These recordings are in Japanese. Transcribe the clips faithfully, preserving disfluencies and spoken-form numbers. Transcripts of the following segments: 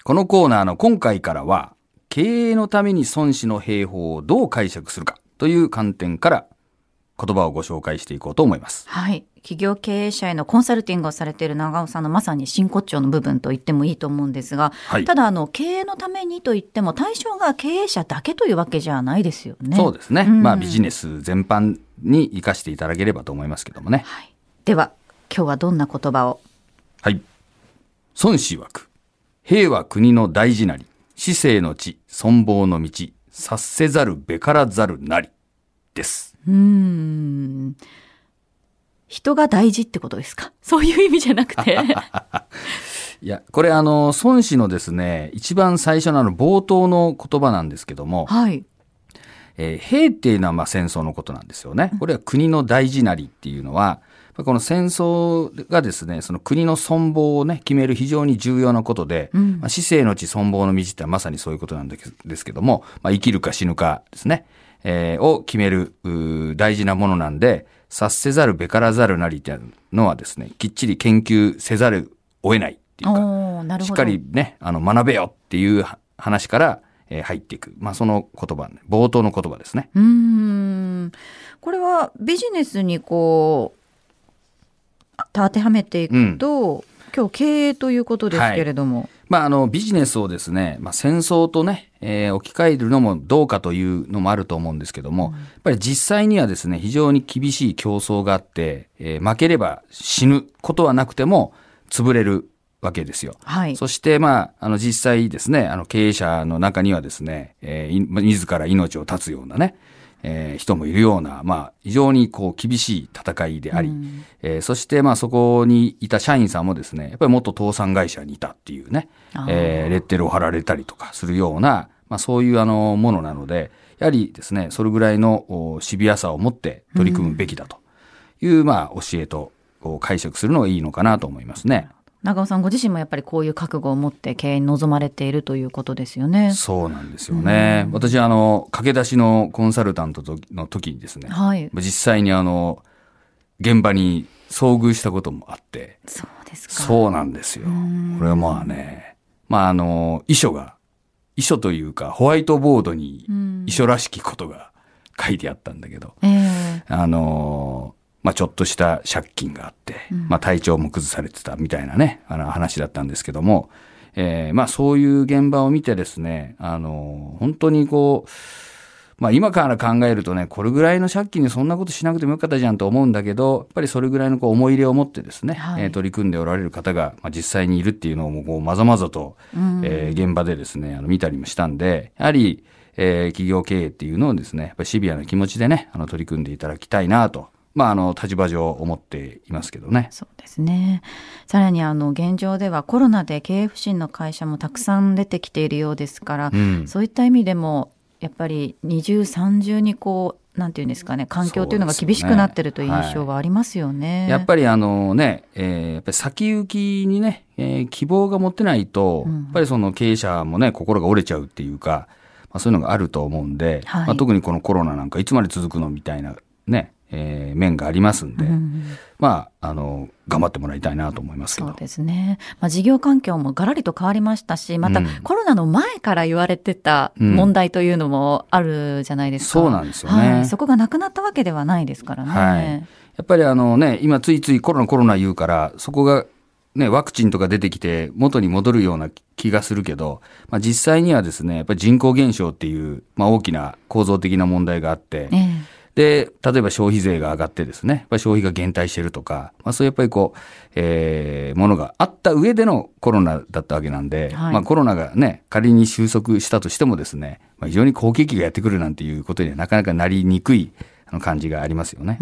このコーナーの今回からは、経営のために孫子の兵法をどう解釈するかという観点から言葉をご紹介していこうと思います。 はい。企業経営者へのコンサルティングをされている長尾さんのまさに真骨頂の部分と言ってもいいと思うんですが、はい、ただあの経営のためにといっても対象が経営者だけというわけじゃないですよね。 そうですね、うん、まあビジネス全般に生かしていただければと思いますけどもね、 はい、では今日はどんな言葉を。 はい。孫子曰く、兵は国の大事なり、至誠の地、存亡の道、察せざるべからざるなりです。 うーん、人が大事ってことですか？そういう意味じゃなくていや、これあの孫子のですね、一番最初のあの冒頭の言葉なんですけども、 はい、 えー、兵っていうのはまあ戦争のことなんですよね。これは国の大事なりっていうのは、この戦争がですね、その国の存亡をね決める非常に重要なことで、うん、まあ、至誠の地存亡の道ってまさにそういうことなんですけども、まあ、生きるか死ぬかですね、えー、を決める大事なものなんで、察せざるべからざるなりっていうのはですね、きっちり研究せざるを得ないっていうか、 なるほど、 しっかりね、あの学べよっていう話から、えー、入っていく、まあ、その言葉、冒頭の言葉ですね。 うーん、これはビジネスにこう当てはめていくと、うん、今日経営ということですけれども、 はい、まあ、あのビジネスをですね、まあ、戦争とね、えー、置き換えるのもどうかというのもあると思うんですけども、うん、やっぱり実際にはですね、非常に厳しい競争があって、えー、負ければ死ぬことはなくても潰れるわけですよ。 はい、 そして、まあ、あの実際ですね、あの経営者の中にはですね、えー、自ら命を絶つようなね、えー、人もいるような、まあ、非常にこう厳しい戦いであり、うん、えー、そしてまあそこにいた社員さんもですね、やっぱり元倒産会社にいたっていうね、えー、レッテルを貼られたりとかするような、まあ、そういうあのものなので、やはりですね、それぐらいのシビアさを持って取り組むべきだという、うん、まあ教えと解釈するのがいいのかなと思いますね。 長尾さんご自身もやっぱりこういう覚悟を持って経営に臨まれているということですよね。 そうなんですよね。うん、私はあの駆け出しのコンサルタントの時にですね、 はい、 実際にあの現場に遭遇したこともあって。 そうですか。 そうなんですよ。これはまあね、まああの遺書が遺書というかホワイトボードに遺書らしきことが書いてあったんだけど、 うん、えー、 あのまあ、ちょっとした借金があって、まあ、体調も崩されてたみたいなね、あの話だったんですけども、えー、まあそういう現場を見てですね、あの本当にこう、まあ今から考えるとね、これぐらいの借金でそんなことしなくてもよかったじゃんと思うんだけど、やっぱりそれぐらいのこう思い入れを持ってですね、はい、えー、取り組んでおられる方が、まあ、実際にいるっていうのをこうまざまざと、えー、現場でですね、あの見たりもしたんで、やはり、えー、企業経営っていうのをですね、やっぱりシビアな気持ちでね、あの取り組んでいただきたいなと。まあ、あの立場上思っていますけどね。 そうですね。さらにあの現状ではコロナで経営不振の会社もたくさん出てきているようですから、うん、そういった意味でもやっぱり二重三重にこうなんていうんですかね、環境というのが厳しくなっているという印象はありますよね。 はい、やっぱりあのね、えー、やっぱり先行きにね、えー、希望が持てないと、うん、やっぱりその経営者もね心が折れちゃうっていうか、まあ、そういうのがあると思うんで、はい、まあ、特にこのコロナなんかいつまで続くのみたいなね、えー、面がありますんで、うん、まあ、あの頑張ってもらいたいなと思いますけど。 そうですね。まあ、事業環境もガラリと変わりましたし、またコロナの前から言われてた問題というのもあるじゃないですか。 うん、そうなんですよね。 はい、そこがなくなったわけではないですからね。 はい、やっぱりあのね、今ついついコロナコロナ言うからそこがね、ワクチンとか出てきて元に戻るような気がするけど、まあ、実際にはですね、やっぱり人口減少っていう、まあ、大きな構造的な問題があって、ええ、で、例えば消費税が上がってですね、やっぱり消費が減退してるとか、まあそういうやっぱりこう、えー、ものがあった上でのコロナだったわけなんで、はい、まあコロナがね、仮に収束したとしてもですね、まあ、非常に好景気がやってくるなんていうことにはなかなかなりにくい感じがありますよね。 うん、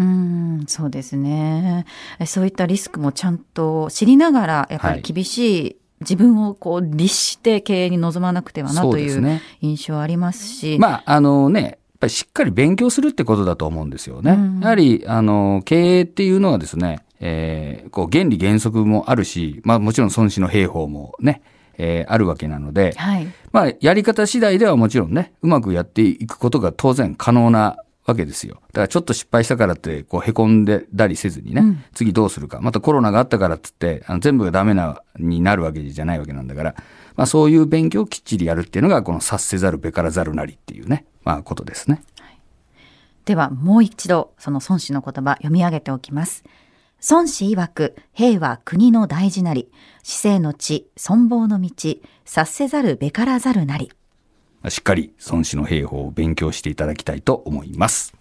そうですね。そういったリスクもちゃんと知りながら、やっぱり厳しい、はい、自分をこう律して経営に臨まなくてはなという印象ありますし、 まああのね、やっぱりしっかり勉強するってことだと思うんですよね。うん、やはりあの経営っていうのはですね、えー、こう原理原則もあるし、まあもちろん孫子の兵法もね、えー、あるわけなので、はい、まあやり方次第ではもちろんね、うまくやっていくことが当然可能なわけですよ。だからちょっと失敗したからってこうへこんでたりせずにね、うん、次どうするか、またコロナがあったからっつってあの全部がダメなになるわけじゃないわけなんだから、まあ、そういう勉強をきっちりやるっていうのがこの察せざるべからざるなりっていうね、まあ、ことですね。 はい、ではもう一度その孫子の言葉読み上げておきます。孫子曰く、兵は国の大事なり、至誠の地、存亡の道、察せざるべからざるなり。 しっかり孫子の兵法を勉強していただきたいと思います。